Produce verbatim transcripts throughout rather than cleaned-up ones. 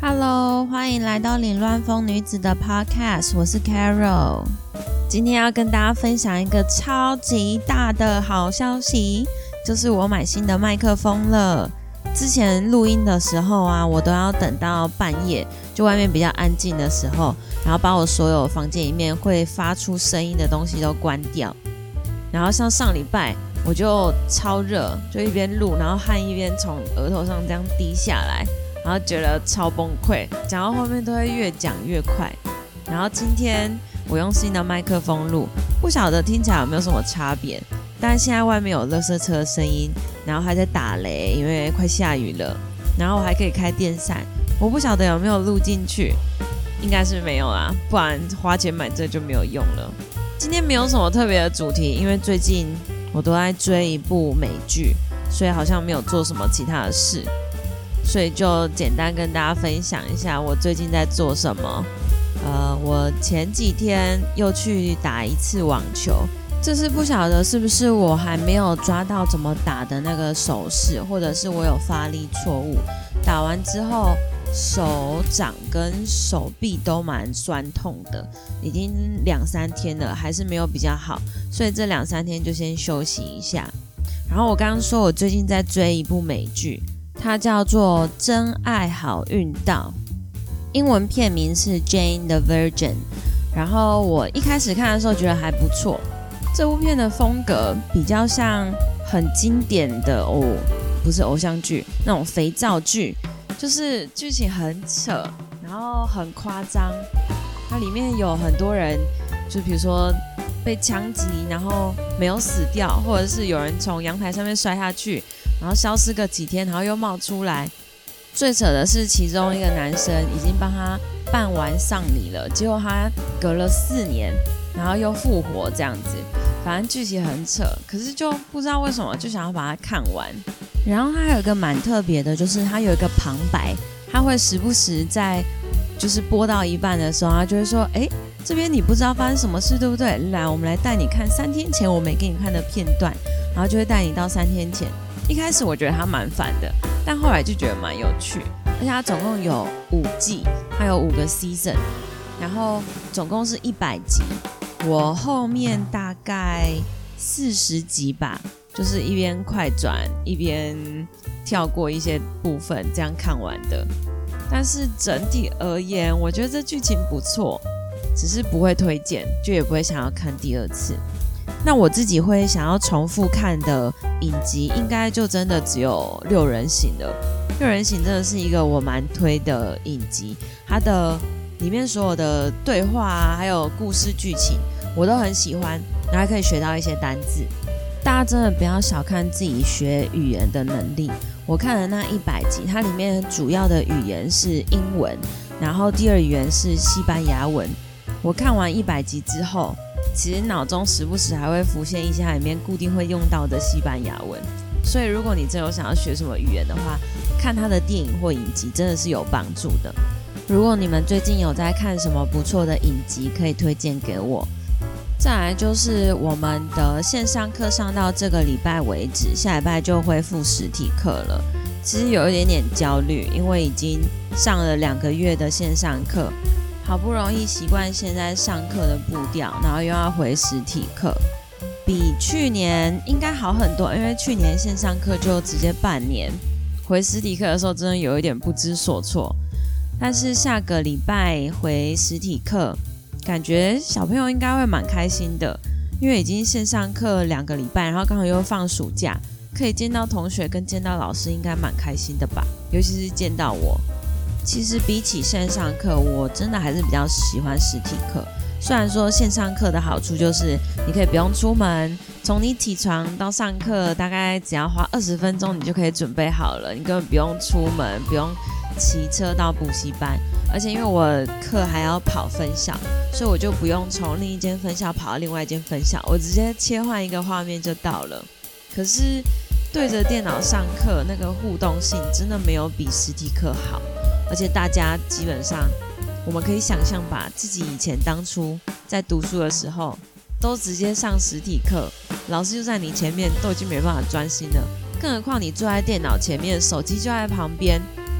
Hello， 欢迎来到凌乱风女子的 Podcast， 我是 Carol。今天要跟大家分享一个超级大的好消息，就是我买新的麦克风了。之前录音的时候啊，我都要等到半夜，就外面比较安静的时候，然后把我所有房间里面会发出声音的东西都关掉。然后像上礼拜我就超热，就一边录，然后汗一边从额头上这样滴下来，然后觉得超崩溃，讲到后面都会越讲越快。然后今天我用新的麦克风录，不晓得听起来有没有什么差别，但现在外面有垃圾车的声音，然后还在打雷，因为快下雨了，然后我还可以开电扇，我不晓得有没有录进去，应该是没有啦，不然花钱买这就没有用了。今天没有什么特别的主题，因为最近我都在追一部美剧，所以好像没有做什么其他的事，所以就简单跟大家分享一下我最近在做什么。呃，我前几天又去打一次网球，这次不晓得是不是我还没有抓到怎么打的那个手势，或者是我有发力错误，打完之后手掌跟手臂都蛮酸痛的，已经两三天了，还是没有比较好，所以这两三天就先休息一下。然后我刚刚说我最近在追一部美剧，它叫做《真爱好运道》，英文片名是 Jane the Virgin。然后我一开始看的时候觉得还不错，这部片的风格比较像很经典的哦，不是偶像剧，那种肥皂剧，就是剧情很扯，然后很夸张。它里面有很多人，就比如说被枪击，然后没有死掉，或者是有人从阳台上面摔下去，然后消失个几天，然后又冒出来。最扯的是，其中一个男生已经帮他办完丧礼了，结果他隔了四年，然后又复活这样子。反正剧情很扯，可是就不知道为什么就想要把它看完。然后它还有一个蛮特别的，就是它有一个旁白，它会时不时在就是播到一半的时候，它就会说：“哎，这边你不知道发生什么事，对不对？来，我们来带你看三天前我没给你看的片段。”然后就会带你到三天前。一开始我觉得它蛮烦的，但后来就觉得蛮有趣。而且它总共有五季，它有五个 season， 然后总共是一百集。我后面大概四十集吧，就是一边快转一边跳过一些部分，这样看完的。但是整体而言，我觉得这剧情不错，只是不会推荐，就也不会想要看第二次。那我自己会想要重复看的影集，应该就真的只有六人行了。六人行真的是一个我蛮推的影集，它的里面所有的对话啊，还有故事剧情，我都很喜欢，然后还可以学到一些单字。大家真的不要小看自己学语言的能力。我看了那一百集，它里面主要的语言是英文，然后第二语言是西班牙文。我看完一百集之后，其实脑中时不时还会浮现一下里面固定会用到的西班牙文。所以如果你真有想要学什么语言的话，看他的电影或影集真的是有帮助的。如果你们最近有在看什么不错的影集，可以推荐给我。再来就是我们的线上课上到这个礼拜为止，下礼拜就恢复实体课了。其实有一点点焦虑，因为已经上了两个月的线上课，好不容易习惯现在上课的步调，然后又要回实体课，比去年应该好很多，因为去年线上课就直接半年，回实体课的时候真的有一点不知所措。但是下个礼拜回实体课，感觉小朋友应该会蛮开心的，因为已经线上课两个礼拜，然后刚好又放暑假，可以见到同学跟见到老师，应该蛮开心的吧，尤其是见到我。其实比起线上课，我真的还是比较喜欢实体课。虽然说线上课的好处就是你可以不用出门，从你起床到上课大概只要花二十分钟，你就可以准备好了，你根本不用出门，不用骑车到补习班。而且因为我课还要跑分校，所以我就不用从另一间分校跑到另外一间分校，我直接切换一个画面就到了。可是对着电脑上课，那个互动性真的没有比实体课好。而且大家基本上，我们可以想象吧，自己以前当初在读书的时候，都直接上实体课，老师就在你前面，都已经没办法专心了。更何况你坐在电脑前面，手机就在旁边，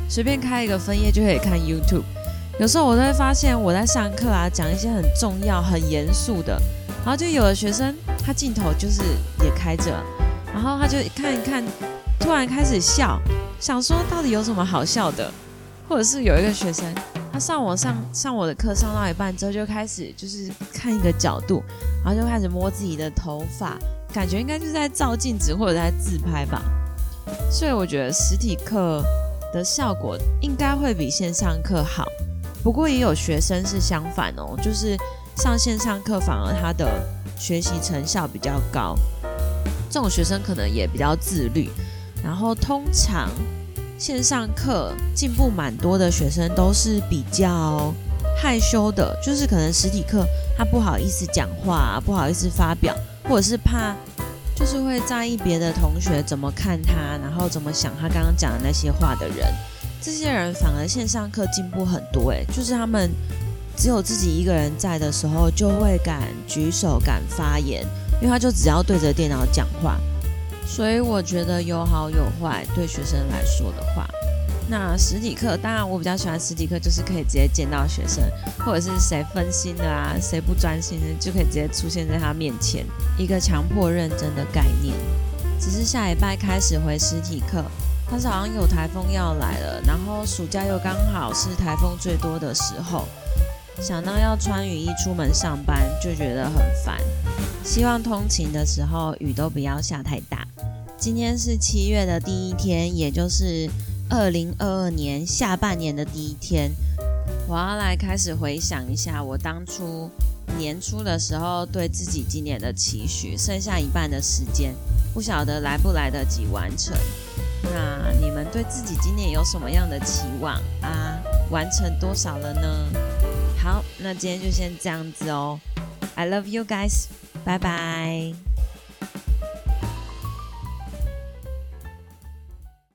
随便开一个分页就可以看 YouTube。有时候我都会发现我在上课啊，讲一些很重要、很严肃的，然后就有的学生他镜头就是也开着，然后他就看一看，突然开始笑，想说到底有什么好笑的？或者是有一个学生，他上我上上我的课上到一半之后，就开始就是看一个角度，然后就开始摸自己的头发，感觉应该就是在照镜子或者在自拍吧。所以我觉得实体课的效果应该会比线上课好。不过也有学生是相反哦，就是上线上课反而他的学习成效比较高，这种学生可能也比较自律。然后通常线上课进步蛮多的学生都是比较害羞的，就是可能实体课他不好意思讲话，不好意思发表，或者是怕就是会在意别的同学怎么看他，然后怎么想他刚刚讲的那些话的人。这些人反而线上课进步很多耶，就是他们只有自己一个人在的时候就会敢举手敢发言，因为他就只要对着电脑讲话。所以我觉得有好有坏，对学生来说的话。那实体课当然我比较喜欢实体课，就是可以直接见到学生，或者是谁分心了啊，谁不专心的就可以直接出现在他面前，一个强迫认真的概念。只是下礼拜开始回实体课，但是好像有台风要来了，然后暑假又刚好是台风最多的时候，想到要穿雨衣出门上班就觉得很烦。希望通勤的时候雨都不要下太大。今天是七月的第一天，也就是二零二二年下半年的第一天。我要来开始回想一下我当初年初的时候对自己今年的期许，剩下一半的时间，不晓得来不来得及完成。那你们对自己今年有什么样的期望啊？完成多少了呢？好，那今天就先这样子哦。I love you guys， 拜拜。